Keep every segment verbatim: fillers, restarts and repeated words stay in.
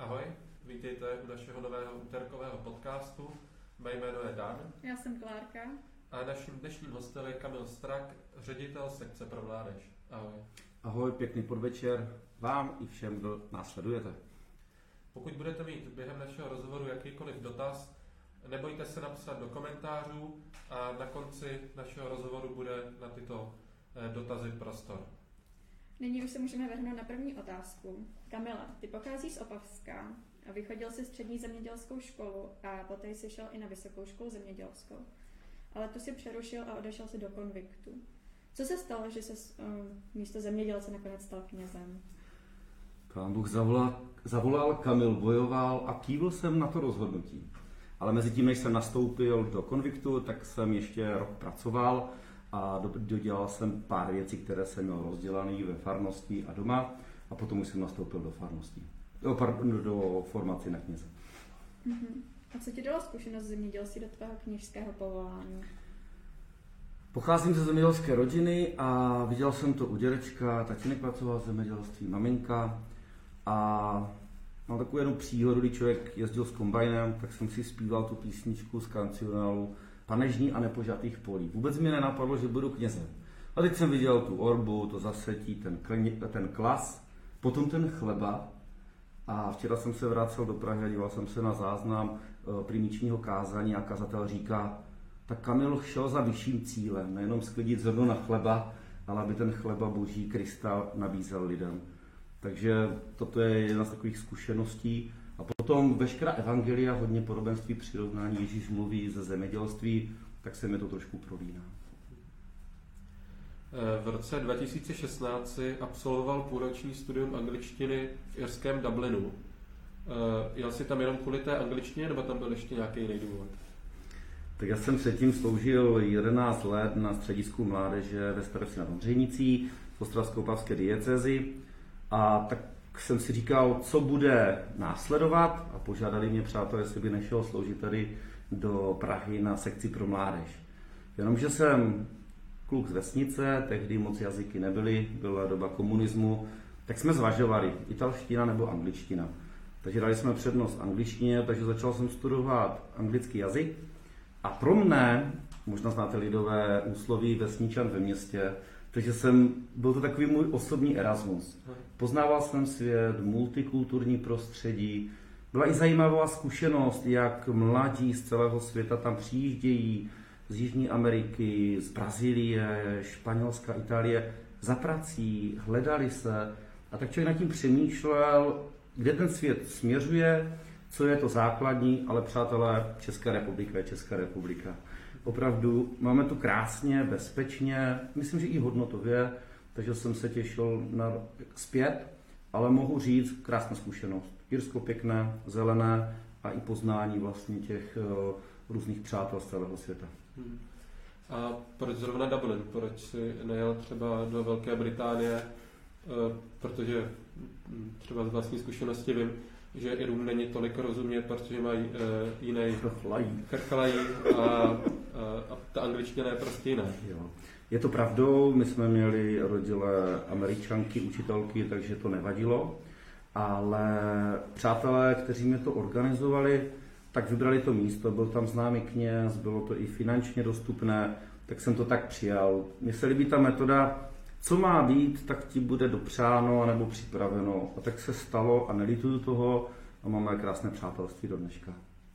Ahoj, vítejte u našeho nového úterkového podcastu. Mé jméno je Dan. Já jsem Klárka. A naším dnešním hostem je Kamil Strak, ředitel sekce pro mládež. Ahoj. Ahoj, pěkný podvečer vám i všem, kdo nás sledujete. Pokud budete mít během našeho rozhovoru jakýkoliv dotaz, nebojte se napsat do komentářů a na konci našeho rozhovoru bude na tyto dotazy prostor. Nyní už se můžeme vrhnout na první otázku. Kamila, ty pocházíš z Opavska a vychodil jsi střední zemědělskou školu a poté jsi šel i na vysokou školu zemědělskou. Ale tu si přerušil a odešel si do konviktu. Co se stalo, že jsi um, místo zemědělce nakonec stal knězem? Pán Bůh zavolal, zavolal, Kamil bojoval a kývl jsem na to rozhodnutí. Ale mezi tím, než jsem nastoupil do konviktu, tak jsem ještě rok pracoval a dodělal jsem pár věcí, které jsem měl rozdělané ve farnosti a doma a potom už jsem nastoupil do farnosti, do, pardon, do formaci na kněze. Uh-huh. A co ti dala zkušenost zemědělství do tvého kněžského povolání? Pocházím ze zemědělské rodiny a viděl jsem to u dědečka, tatínek pracoval v zemědělství, maminka a mám takovou jednu příhodu, kdy člověk jezdil s kombajnem, tak jsem si zpíval tu písničku z kancionálu Panežní a nepožatých polí. Vůbec mi nenapadlo, že budu knězem. A teď jsem viděl tu orbu, to zasetí, ten, kleně, ten klas, potom ten chleba. A včera jsem se vracel do Prahy a díval jsem se na záznam e, primičního kázání a kazatel říká, tak Kamil šel za vyšším cílem, nejenom sklidit zrno na chleba, ale aby ten chleba Boží Krista nabízel lidem. Takže toto je jedna z takových zkušeností. A potom veškerá evangelia, hodně podobenství, přirovnání, Ježíš mluví ze zemědělství, tak se mi to trošku prolíná. V roce dva tisíce šestnáct si absolvoval půlroční studium angličtiny v irském Dublinu. Jel jsi tam jenom kvůli té angličtině, nebo tam byl ještě nějaký jiný důvod? Tak já jsem předtím sloužil jedenáct let na středisku mládeže ve Starovci nad Ondřejnicí v ostravsko-opavské diecézi a tak jsem si říkal, co bude následovat a požádali mě přátelé, jestli by nešel sloužit tady do Prahy na sekci pro mládež. Jenomže jsem kluk z vesnice, tehdy moc jazyky nebyly, byla doba komunismu, tak jsme zvažovali italština nebo angličtina. Takže dali jsme přednost angličtině, takže začal jsem studovat anglický jazyk a pro mne, možná znáte lidové úsloví vesničan ve městě, takže jsem, byl to takový můj osobní Erasmus. Poznával jsem svět, multikulturní prostředí. Byla i zajímavá zkušenost, jak mladí z celého světa tam přijíždějí z Jižní Ameriky, z Brazílie, Španělska, Itálie za prací, hledali se. A tak člověk nad tím přemýšlel, kde ten svět směřuje, co je to základní, ale přátelé, Česká republika je Česká republika. Opravdu máme tu krásně, bezpečně, myslím, že i hodnotově, takže jsem se těšil na zpět, ale mohu říct, krásná zkušenost. Irsko pěkné, zelené a i poznání vlastně těch uh, různých přátel z celého světa. Hmm. A proč zrovna Dublin? Proč jsi nejel třeba do Velké Británie? Uh, protože třeba z vlastní zkušenosti vím, že Irům není tolik rozumět, protože mají uh, jiný chrchlají a, a, a ta angličtina je prostě jiná. Jo. Je to pravdou, my jsme měli rodilé Američanky, učitelky, takže to nevadilo, ale přátelé, kteří mi to organizovali, tak vybrali to místo, byl tam známý kněz, bylo to i finančně dostupné, tak jsem to tak přijal. Mně se líbí ta metoda, co má být, tak ti bude dopřáno nebo připraveno. A tak se stalo a nelituju toho a máme krásné přátelství do dneška.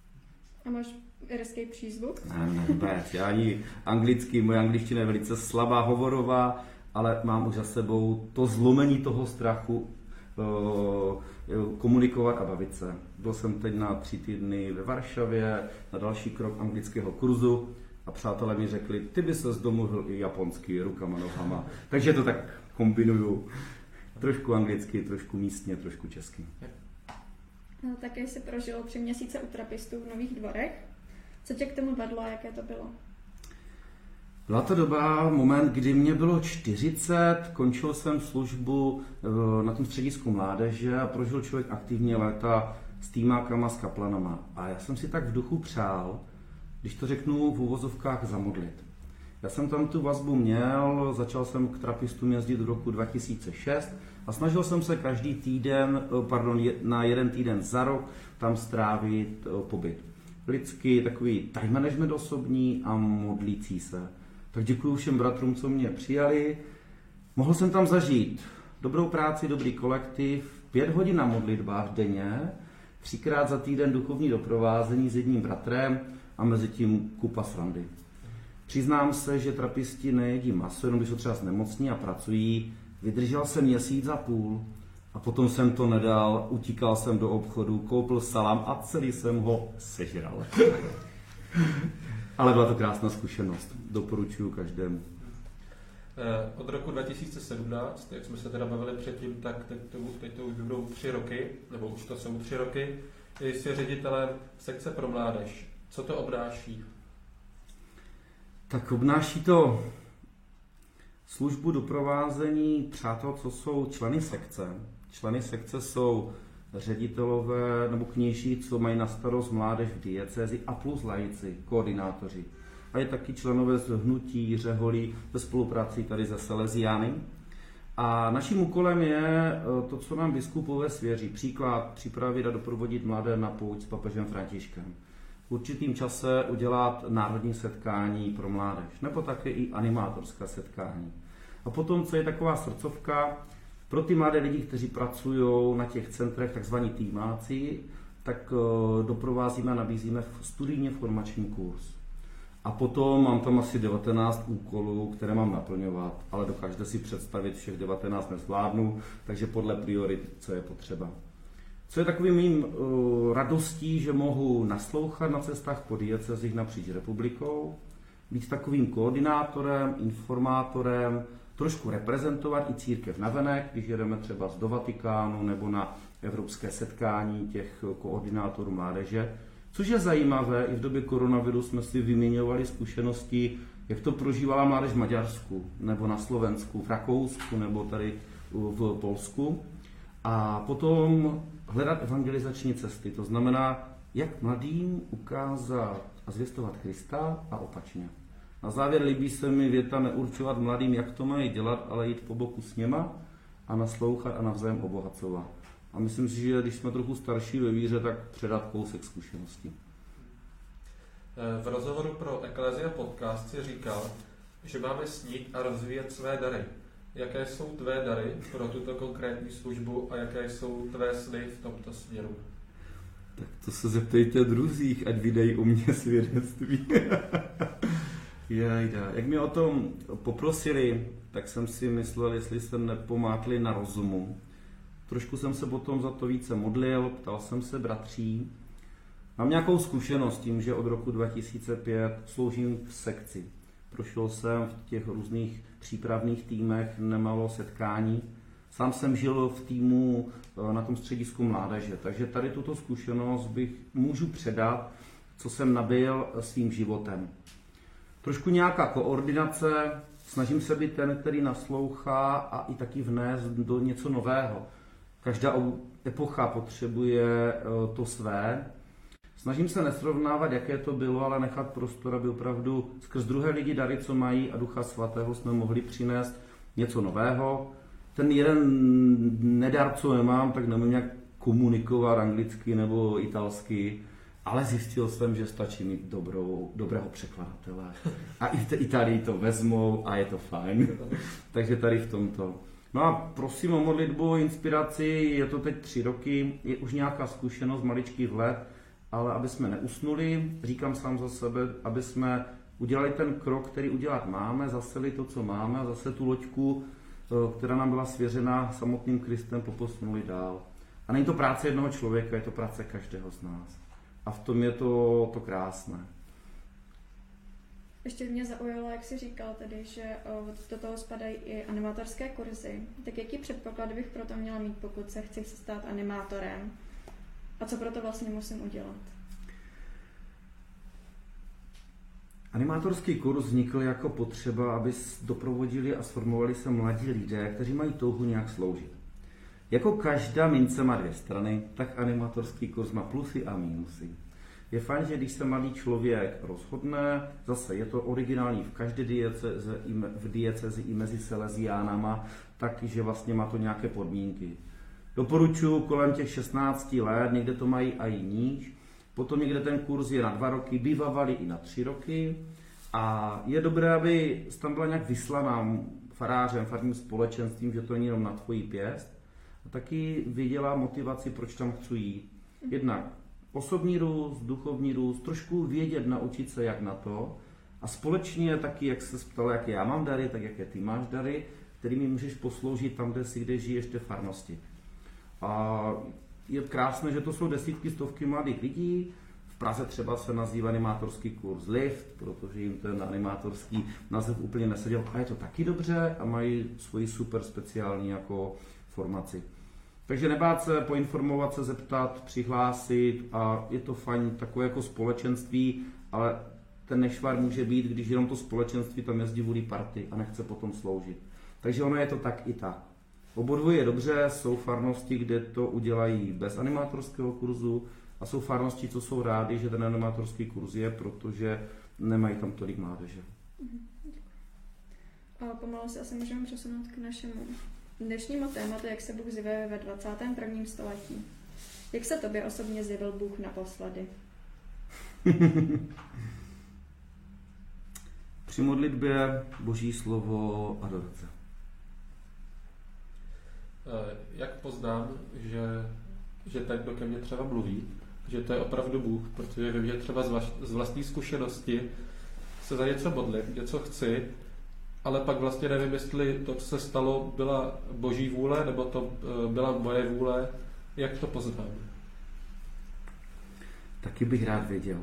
A máš irský přízvuk? Ne, ne, vůbec. Já ani anglicky, moje angličtina je velice slabá, hovorová, ale mám už za sebou to zlomení toho strachu komunikovat a bavit se. Byl jsem teď na tři týdny ve Varšavě, na další krok anglického kurzu a přátelé mi řekli, ty by ses domluvil i japonsky, rukama, nohama. Takže to tak kombinuju. Trošku anglicky, trošku místně, trošku česky. No, také jsi prožil tři měsíce u trapistů v Nových Dvorech. Co tě k tomu vedlo a jaké to bylo? Byla to doba, moment, kdy mě bylo čtyřicet, končil jsem službu na tom středisku mládeže a prožil člověk aktivně léta s týmákama, s kaplanama. A já jsem si tak v duchu přál, když to řeknu v úvozovkách, zamodlit. Já jsem tam tu vazbu měl, začal jsem k trapistům jezdit v roku dva tisíce šest a snažil jsem se každý týden, pardon, na jeden týden za rok tam strávit pobyt. Lidsky takový time management osobní a modlící se. Tak děkuji všem bratrům, co mě přijali. Mohl jsem tam zažít dobrou práci, dobrý kolektiv, pět hodin na modlitbách denně, třikrát za týden duchovní doprovázení s jedním bratrem a mezi tím kupa srandy. Přiznám se, že trapisti nejedí maso, jenom když jsou třeba nemocní a pracují. Vydržel jsem měsíc a půl a potom jsem to nedal, utíkal jsem do obchodu, koupil salám a celý jsem ho sežral. Ale byla to krásná zkušenost, doporučuji každému. Od roku dva tisíce sedmnáct, jak jsme se teda bavili předtím, tak teď to, teď to už budou tři roky, nebo už to jsou tři roky, jsi ředitelem sekce pro mládež. Co to obnáší? Tak obnáší to službu doprovázení přátel, co jsou členy sekce. Členy sekce jsou ředitelové nebo kněží, co mají na starost mládež v diecézi a plus laici, koordinátoři. A je taky členové z hnutí Řeholí ve spolupráci tady se Salesiány. A naším úkolem je to, co nám biskupové svěří. Příklad připravit a doprovodit mladé na pouť s papežem Františkem. V určitým čase udělat národní setkání pro mládež, nebo také i animátorská setkání. A potom, co je taková srdcovka, pro ty mladé lidi, kteří pracují na těch centrech, takzvaní týmáci, tak doprovázíme a nabízíme studijně formační kurz. A potom mám tam asi devatenáct úkolů, které mám naplňovat, ale dokážete si představit, všech devatenáct nezvládnu, takže podle priorit, co je potřeba. Co je takovým mým uh, radostí, že mohu naslouchat na cestách po diecezích napříč republikou, být takovým koordinátorem, informátorem, trošku reprezentovat i církev navenek, když jedeme třeba do Vatikánu nebo na evropské setkání těch koordinátorů mládeže. Což je zajímavé, i v době koronaviru jsme si vyměňovali zkušenosti, jak to prožívala mládež v Maďarsku, nebo na Slovensku, v Rakousku, nebo tady v Polsku. A potom hledat evangelizační cesty, to znamená, jak mladým ukázat a zvěstovat Krista a opačně. Na závěr líbí se mi věta neurčovat mladým, jak to mají dělat, ale jít po boku s něma a naslouchat a navzájem obohacovat. A myslím si, že když jsme trochu starší ve víře, tak předat kousek zkušeností. V rozhovoru pro Ecclesia podcast si říkal, že máme snít a rozvíjet své dary. Jaké jsou tvé dary pro tuto konkrétní službu a jaké jsou tvé sny v tomto směru? Tak to se zeptejte druzích, ať vydají o mě svědectví. Jajda. Jak mě o tom poprosili, tak jsem si myslel, jestli jsem nepomátli na rozumu. Trošku jsem se potom za to více modlil, ptal jsem se bratří. Mám nějakou zkušenost tím, že od roku dva tisíce pět sloužím v sekci. Prošel jsem v těch různých přípravných týmech nemálo setkání. Sám jsem žil v týmu na tom středisku mládeže, takže tady tuto zkušenost bych můžu předat, co jsem nabyl svým životem. Trošku nějaká koordinace, snažím se být ten, který naslouchá a i taky vnést do něco nového. Každá epocha potřebuje to své. Snažím se nesrovnávat, jaké to bylo, ale nechat prostor, aby opravdu skrz druhé lidi dary, co mají a Ducha Svatého, jsme mohli přinést něco nového. Ten jeden nedar, co nemám, tak nemám nějak komunikovat anglicky nebo italsky, ale zjistil jsem, že stačí mít dobrou, dobrého překladatele. A i v Itálii to vezmou a je to fajn. Takže tady v tomto. No a prosím o modlitbu, inspiraci, je to teď tři roky, je už nějaká zkušenost, maličký vhled, ale aby jsme neusnuli, říkám sám za sebe, aby jsme udělali ten krok, který udělat máme, zaseli to, co máme a zase tu loďku, která nám byla svěřena samotným Kristem, poposunuli dál. A není to práce jednoho člověka, je to práce každého z nás. A v tom je to, to krásné. Ještě mě zaujalo, jak jsi říkal tedy, že do toho spadají i animátorské kurzy. Tak jaký předpoklad bych proto měla mít, pokud se chci stát animátorem? A co proto vlastně musím udělat? Animátorský kurz vznikl jako potřeba, aby doprovodili a sformovali se mladí lidé, kteří mají touhu nějak sloužit. Jako každá mince má dvě strany, tak animátorský kurz má plusy a mínusy. Je fajn, že když se mladý člověk rozhodne, zase je to originální v každé diecezi, v diecezi i mezi Salesiánama, takže vlastně má to nějaké podmínky. Doporučuji kolem těch šestnácti let, někde to mají i níž, potom někde ten kurz je na dva roky, bývávali i na tři roky a je dobré, aby tam byla nějak vyslaná farářem, farním společenstvím, že to není jenom na tvojí pěst a taky viděla motivaci, proč tam chci jít. Jednak osobní růst, duchovní růst, trošku vědět, naučit se jak na to a společně taky, jak se ptal, jak já mám dary, tak jaké ty máš dary, kterými můžeš posloužit tam, kde si kde žiješ v té farnosti. A je krásné, že to jsou desítky, stovky mladých lidí. V Praze třeba se nazývá animátorský kurz Lift, protože jim ten animátorský název úplně neseděl. A je to taky dobře a mají svoji super speciální jako formaci. Takže nebát se, poinformovat se, zeptat, přihlásit a je to fajn takové jako společenství, ale ten nešvar může být, když jenom to společenství tam jezdí vůli party a nechce potom sloužit. Takže ono je to tak i tak. Obodvoje je dobře, jsou farnosti, kde to udělají bez animátorského kurzu a jsou farnosti, co jsou rádi, že ten animátorský kurz je, protože nemají tam tolik mládeže. A pomalu se asi můžeme přesunout k našemu dnešnímu tématu, jak se Bůh zjevuje ve dvacátém prvním století. Jak se tobě osobně zjevil Bůh naposledy? Při modlitbě, Boží slovo, adorace. Jak poznám, že, že ten, kdo ke mně třeba mluví, že to je opravdu Bůh, protože vím, že třeba z, vaš, z vlastní zkušenosti se za něco modlím, něco chci, ale pak vlastně nevím, jestli to, co se stalo, byla Boží vůle, nebo to byla moje vůle. Jak to poznám? Taky bych rád věděl.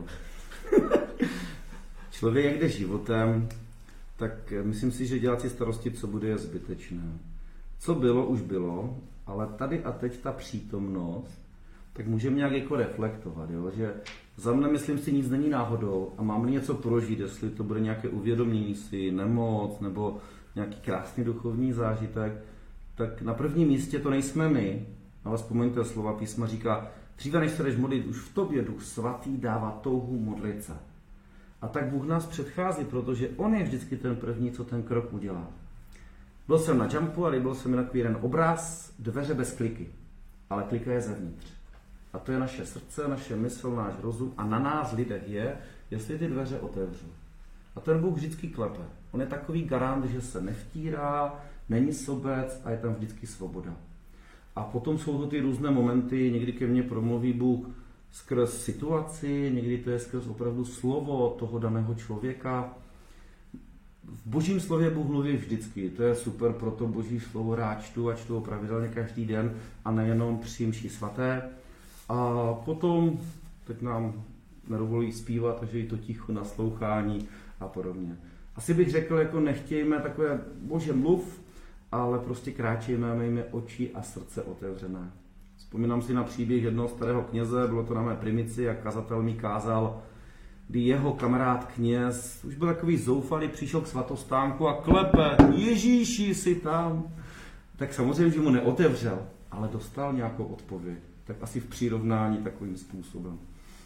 Člověk, jak jde životem, tak myslím si, že dělat si starosti, co bude, je zbytečné. Co bylo, už bylo, ale tady a teď ta přítomnost, tak můžeme nějak jako reflektovat, jo? Že za mne, myslím si, nic není náhodou a mám něco prožít, jestli to bude nějaké uvědomění si, nemoc nebo nějaký krásný duchovní zážitek, tak na prvním místě to nejsme my, ale vzpomeňte slova písma, říká, dříve než se jdeš modlit, už v tobě Duch Svatý dává touhu modlit se. A tak Bůh nás předchází, protože on je vždycky ten první, co ten krok udělá. Byl jsem na jumpu a líbil se mi takový jeden obraz, dveře bez kliky, ale klika je zevnitř. A to je naše srdce, naše mysl, náš rozum a na nás lidech je, jestli ty dveře otevřu. A ten Bůh vždycky klepe. On je takový garant, že se nevtírá, není sobec a je tam vždycky svoboda. A potom jsou to ty různé momenty, někdy ke mně promluví Bůh skrz situaci, někdy to je skrz opravdu slovo toho daného člověka. V Božím slově Bůh mluví vždycky, to je super, proto Boží slovo rád čtu a čtu ho pravidelně každý den a nejenom při mši svaté. A potom, teď nám nedovolí zpívat, takže i to ticho naslouchání a podobně. Asi bych řekl, jako nechtějme takové, Bože mluv, ale prostě kráčejme, mějme oči a srdce otevřené. Vzpomínám si na příběh jednoho starého kněze, bylo to na mé primici, jak kazatel mi kázal, kdy jeho kamarád kněz už byl takový zoufalý, přišel k svatostánku a klepe, Ježíši, jsi tam. Tak samozřejmě, že mu neotevřel, ale dostal nějakou odpověď. Tak asi v přirovnání takovým způsobem.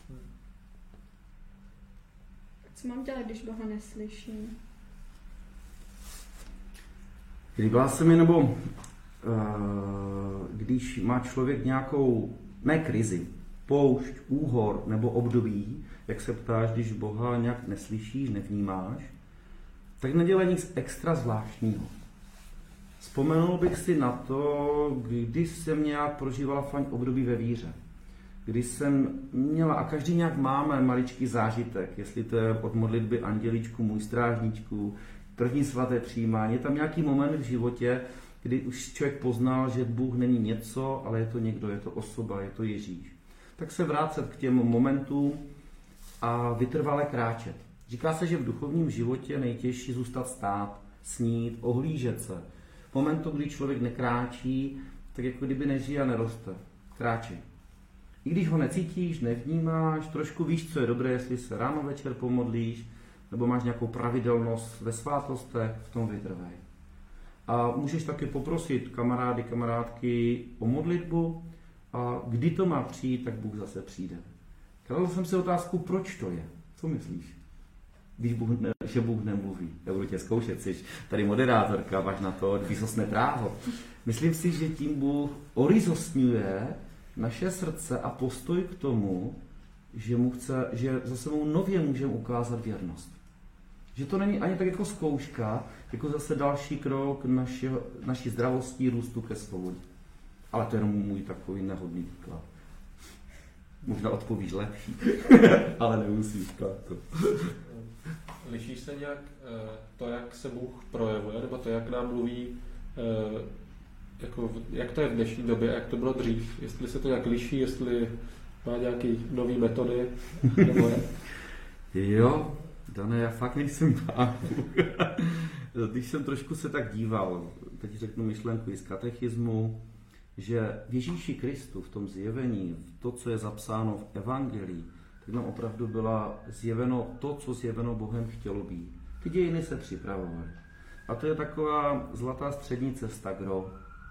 Co mám dělat, když Boha neslyším? Líbila se mi, nebo uh, když má člověk nějakou, ne krizi, poušť, úhor nebo období, jak se ptáš, když Boha nějak neslyšíš, nevnímáš, tak nedělej nic extra zvláštního. Vzpomenul bych si na to, když jsem nějak prožívala fajn období ve víře. Když jsem měla, a každý nějak máme maličký zážitek, jestli to je od modlitby Anděličku, můj strážníčku, první svaté přijímání, je tam nějaký moment v životě, kdy už člověk poznal, že Bůh není něco, ale je to někdo, je to osoba, je to Ježíš. Tak se vrátit k těm momentům a vytrvale kráčet. Říká se, že v duchovním životě je nejtěžší zůstat stát, snít, ohlížet se. V momentu, kdy člověk nekráčí, tak jako kdyby nežije a neroste. Kráčí. I když ho necítíš, nevnímáš, trošku víš, co je dobré, jestli se ráno večer pomodlíš, nebo máš nějakou pravidelnost ve svátostech, v tom vytrvaj. A můžeš taky poprosit kamarády, kamarádky o modlitbu a kdy to má přijít, tak Bůh zase přijde. Kladl jsem si otázku, proč to je. Co myslíš? Když Bůh ne, že Bůh nemluví. Já budu tě zkoušet, jsi tady moderátorka, máš na to výsostné právo. Myslím si, že tím Bůh orizostňuje naše srdce a postoj k tomu, že mu chce, že zase mu nově můžeme ukázat věrnost. Že to není ani tak jako zkouška, jako zase další krok naši, naší zdravosti, růstu ke svobodě. Ale to je jenom můj takový nehodný výklad. Možná odpovíš lepší, ale nemusíš to. Liší se nějak to, jak se Bůh projevuje, nebo to, jak nám mluví, jako, jak to je v dnešní době, jak to bylo dřív? Jestli se to nějak liší, jestli má nějaké nové metody, nebo jak? Jo, Dané, já fakt nejsem pán. Když jsem trošku se tak díval, teď řeknu myšlenku i z katechismu, že v Ježíši Kristu, v tom zjevení, v to, co je zapsáno v Evangelii, tak nám opravdu byla zjeveno to, co zjeveno Bohem chtělo být. Ty dějiny se připravovaly. A to je taková zlatá střední cesta, kdo.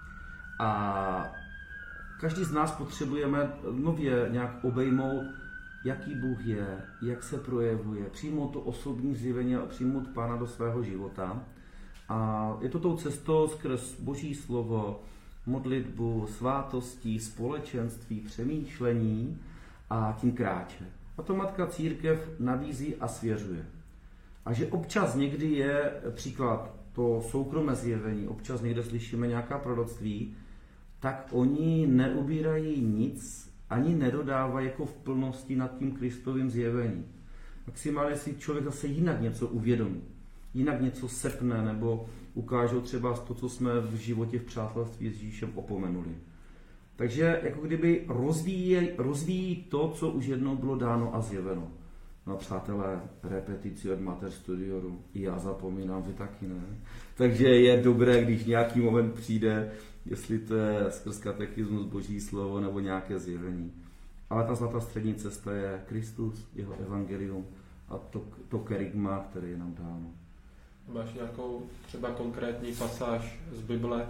A každý z nás potřebujeme nově nějak obejmout, jaký Bůh je, jak se projevuje, přijmout to osobní zjevení a přijmout Pána do svého života. A je to tou cestou skrz Boží slovo, modlitbu, svátostí, společenství, přemýšlení a tím kráče. A to Matka Církev nabízí a svěřuje. A že občas někdy je příklad to soukromé zjevení, občas někde slyšíme nějaká proroctví, tak oni neubírají nic, ani nedodávají jako v plnosti nad tím Kristovým zjevením. Maximálně si člověk zase jinak něco uvědomí, jinak něco sepne, nebo ukážou třeba to, co jsme v životě v přátelství s Ježíšem opomenuli. Takže jako kdyby rozvíjí, rozvíjí to, co už jednou bylo dáno a zjeveno. No přátelé, repetici od Mater Studioru, i já zapomínám, vy taky ne. Takže je dobré, když nějaký moment přijde, jestli to je skrz katechismus, Boží slovo nebo nějaké zjevení. Ale ta zlatá střední cesta je Kristus, jeho evangelium a to, to kerygma, které je nám dáno. Máš nějakou třeba konkrétní pasáž z Bible,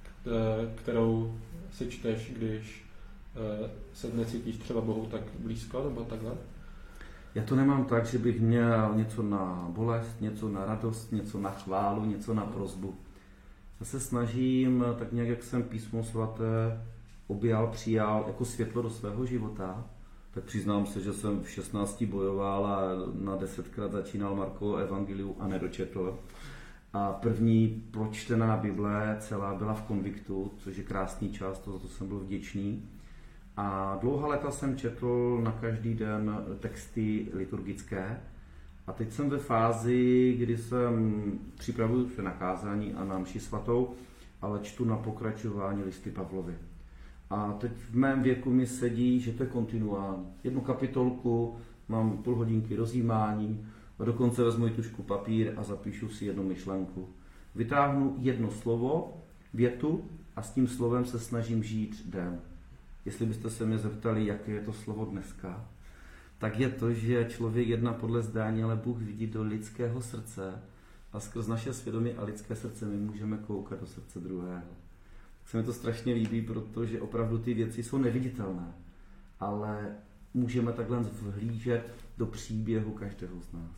kterou si čteš, když se necítíš třeba Bohu tak blízko, nebo takhle? Já to nemám tak, že bych měl něco na bolest, něco na radost, něco na chválu, něco na prosbu. Já se snažím, tak nějak jak jsem Písmo svaté objal, přijal jako světlo do svého života, tak přiznám se, že jsem v šestnácti bojoval a na desetkrát začínal Markovo evangelium a nedočetl. A první pročtená Bible celá byla v konviktu, což je krásný čas, to za to jsem byl vděčný. A dlouhá léta jsem četl na každý den texty liturgické. A teď jsem ve fázi, kdy jsem připravuju se na kázání a na mši svatou, ale čtu na pokračování listy Pavlovy. A teď v mém věku mi sedí, že to je kontinuální. Jednu kapitolku, mám půl hodinky rozjímání, a dokonce vezmu i tužku papír a zapíšu si jednu myšlenku. Vytáhnu jedno slovo, větu a s tím slovem se snažím žít den. Jestli byste se mě zeptali, jaké je to slovo dneska, tak je to, že člověk jedná podle zdání, ale Bůh vidí do lidského srdce a skrz naše svědomí a lidské srdce my můžeme koukat do srdce druhého. Tak se mi to strašně líbí, protože opravdu ty věci jsou neviditelné, ale můžeme takhle vhlížet do příběhu každého z nás.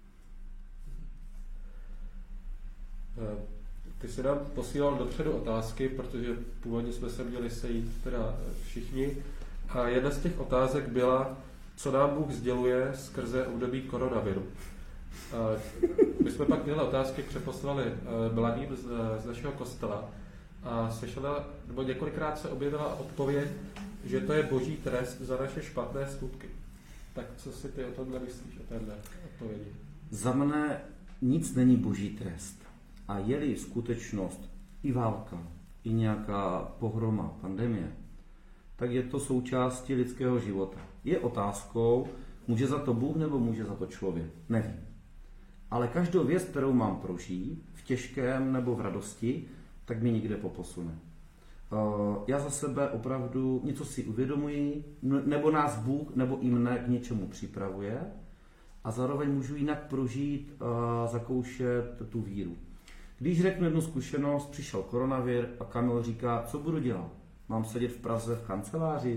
Ty jsi nám posílal dopředu otázky, protože původně jsme se měli sejít teda všichni. A jedna z těch otázek byla, co nám Bůh sděluje skrze období koronaviru. My jsme pak tyhle otázky přeposlali mladým z, z našeho kostela a slyšela, nebo několikrát se objevila odpověď, že to je boží trest za naše špatné skutky. Tak co si ty o tomhle myslíš, o téhle odpovědi? Za mne nic není boží trest. A je-li skutečnost i válka, i nějaká pohroma, pandemie, tak je to součástí lidského života. Je otázkou, může za to Bůh nebo může za to člověk? Nevím. Ale každou věc, kterou mám prožít, v těžkém nebo v radosti, tak mi někde poposune. Já za sebe opravdu něco si uvědomuji, nebo nás Bůh, nebo i mne k něčemu připravuje a zároveň můžu jinak prožít a zakoušet tu víru. Když řeknu jednu zkušenost, přišel koronavir a Kamil říká, co budu dělat? Mám sedět v Praze v kanceláři?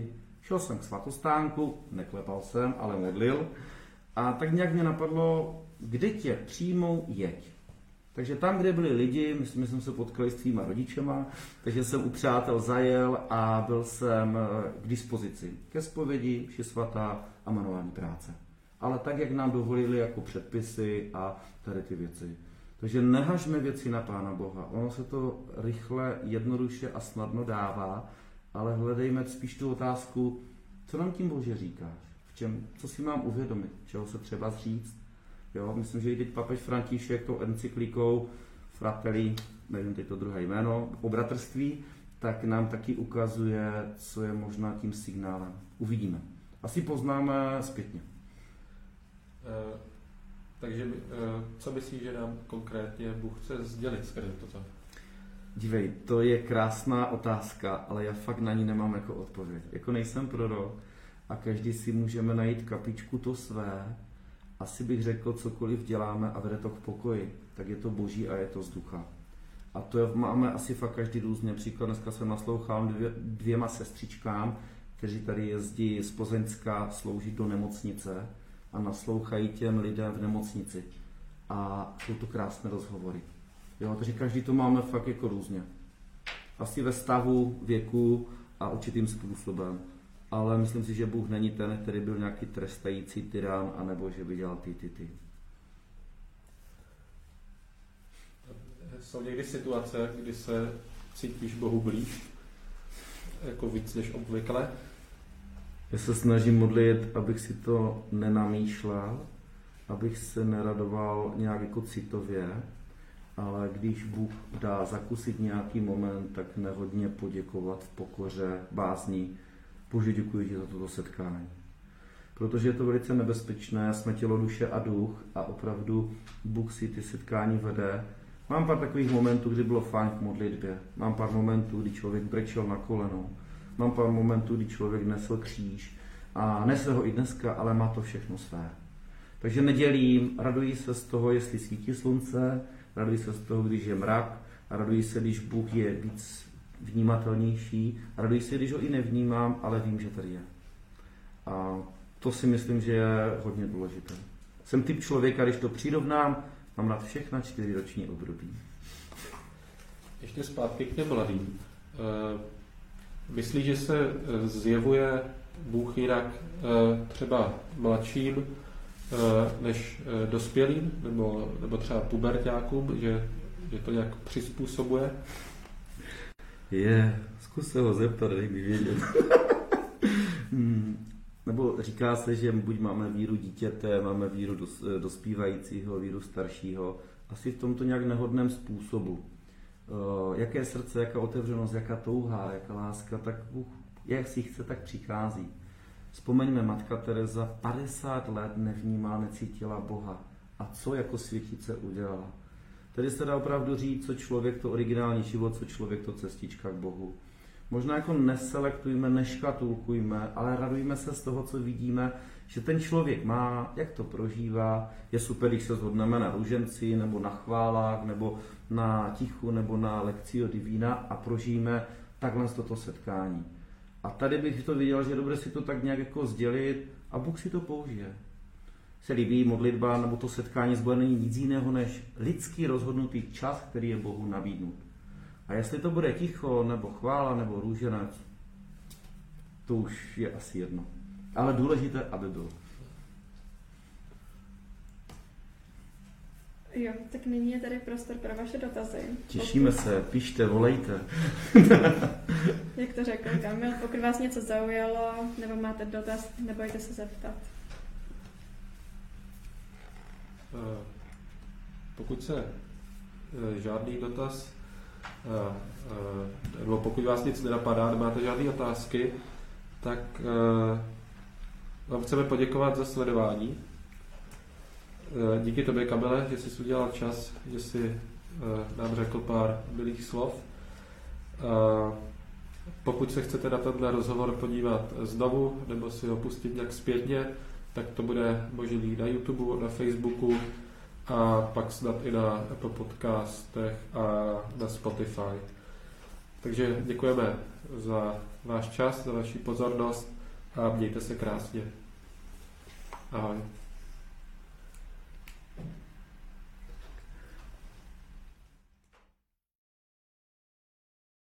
Šel jsem k svatostánku, neklepal jsem, ale modlil. A tak nějak mě napadlo, kde tě přijmou, jeď. Takže tam, kde byli lidi, myslím, že jsem se potkal s tvýma rodičema, takže jsem u přátel zajel a byl jsem k dispozici ke zpovědi, vši svatá a manuální práce. Ale tak, jak nám dovolili jako předpisy a tady ty věci. Takže nehažme věci na Pána Boha. Ono se to rychle, jednoduše a snadno dává, ale hledejme spíš tu otázku, co nám tím Bože říkáš? V čem, co si mám uvědomit? Čeho se třeba zříct? Jo, myslím, že i teď papež František tou encyklikou Fratelli, nevím teď to druhé jméno, o bratrství, tak nám taky ukazuje, co je možná tím signálem. Uvidíme. Asi poznáme zpětně. Uh, takže uh, co myslíš, že nám konkrétně Bůh chce sdělit skrze toto? Dívej, to je krásná otázka, ale já fakt na ní nemám jako odpověď. Jako nejsem prorok a každý si můžeme najít kapičku to své. Asi bych řekl, cokoliv děláme a vede to k pokoji, tak je to boží a je to z ducha. A to je, máme asi fakt každý různě. Příklad, dneska jsem naslouchal dvě, dvěma sestřičkám, kteří tady jezdí z Plzeňska sloužit do nemocnice a naslouchají těm lidem v nemocnici. A jsou to krásné rozhovory. Jo, takže každý to máme fakt jako různě. Asi ve stavu, věku a určitým způsobem. Ale myslím si, že Bůh není ten, který byl nějaký trestající tyran, anebo že by dělal ty, ty, ty. Jsou někdy situace, kdy se cítíš Bohu blíž, jako víc než obvykle? Já se snažím modlit, abych si to nenamýšlel, abych se neradoval nějak jako citově, ale když Bůh dá zakusit nějaký moment, tak nehodně poděkovat v pokoře, bázní. Bože, děkuji ti za toto setkání. Protože je to velice nebezpečné, jsme tělo, duše a duch a opravdu Bůh si ty setkání vede. Mám pár takových momentů, kdy bylo fajn v modlitbě. Mám pár momentů, kdy člověk brečel na kolenou. Mám pár momentů, kdy člověk nesl kříž. A nese ho i dneska, ale má to všechno své. Takže nedělím, raduji se z toho, jestli svítí slunce, raduji se z toho, když je mrak, a raduji se, když Bůh je víc vnímatelnější. Raduji se, když ho i nevnímám, ale vím, že tady je. A to si myslím, že je hodně důležité. Jsem typ člověka, když to přirovnám, mám rád všechna čtyři roční období. Ještě zpátky k těm mladým. Myslíš, že se zjevuje Bůh jinak třeba mladším než dospělým, nebo, nebo třeba puberťákům, že, že to nějak přizpůsobuje? Je, zkus se ho zeptat, dej mi vědět. hmm. Nebo říká se, že buď máme víru dítěte, máme víru dos, dospívajícího, víru staršího, asi v tomto nějak nehodném způsobu. Uh, jaké srdce, jaká otevřenost, jaká touha, jaká láska, tak Bůh, jak si chce, tak přichází. Vzpomeňme, matka Teresa padesát let nevnímala, necítila Boha. A co jako světice udělala? Tedy se dá opravdu říct, co člověk to originální život, co člověk to cestička k Bohu. Možná jako neselektujme, neškatulkujme, ale radujme se z toho, co vidíme, že ten člověk má, jak to prožívá. Je super, když se shodneme na růženci, nebo na chválách, nebo na tichu, nebo na lekcio divína a prožijeme takhle toto setkání. A tady bych to viděl, že je dobré si to tak nějak jako sdělit a Bůh si to použije. Se líbí modlitba nebo to setkání s Bohem není nic jiného než lidský rozhodnutý čas, který je Bohu nabídnut. A jestli to bude ticho, nebo chvála, nebo růženec, to už je asi jedno. Ale důležité, aby bylo. Jo, tak nyní je tady prostor pro vaše dotazy. Těšíme pokud... se, pište, volejte. Jak to řekl Kamil, pokud vás něco zaujalo, nebo máte dotaz, nebojte se zeptat. Pokud se žádný dotaz, nebo pokud vás nic nenapadá, nemáte žádné otázky, tak vám chceme poděkovat za sledování. Díky tobě, Kamile, že jsi udělal čas, že jsi nám řekl pár milých slov. Pokud se chcete na tenhle rozhovor podívat znovu, nebo si ho pustit nějak zpětně, tak to bude možný na YouTube, na Facebooku a pak snad i na Apple podcastech a na Spotify. Takže děkujeme za váš čas, za vaši pozornost a mějte se krásně. Ahoj.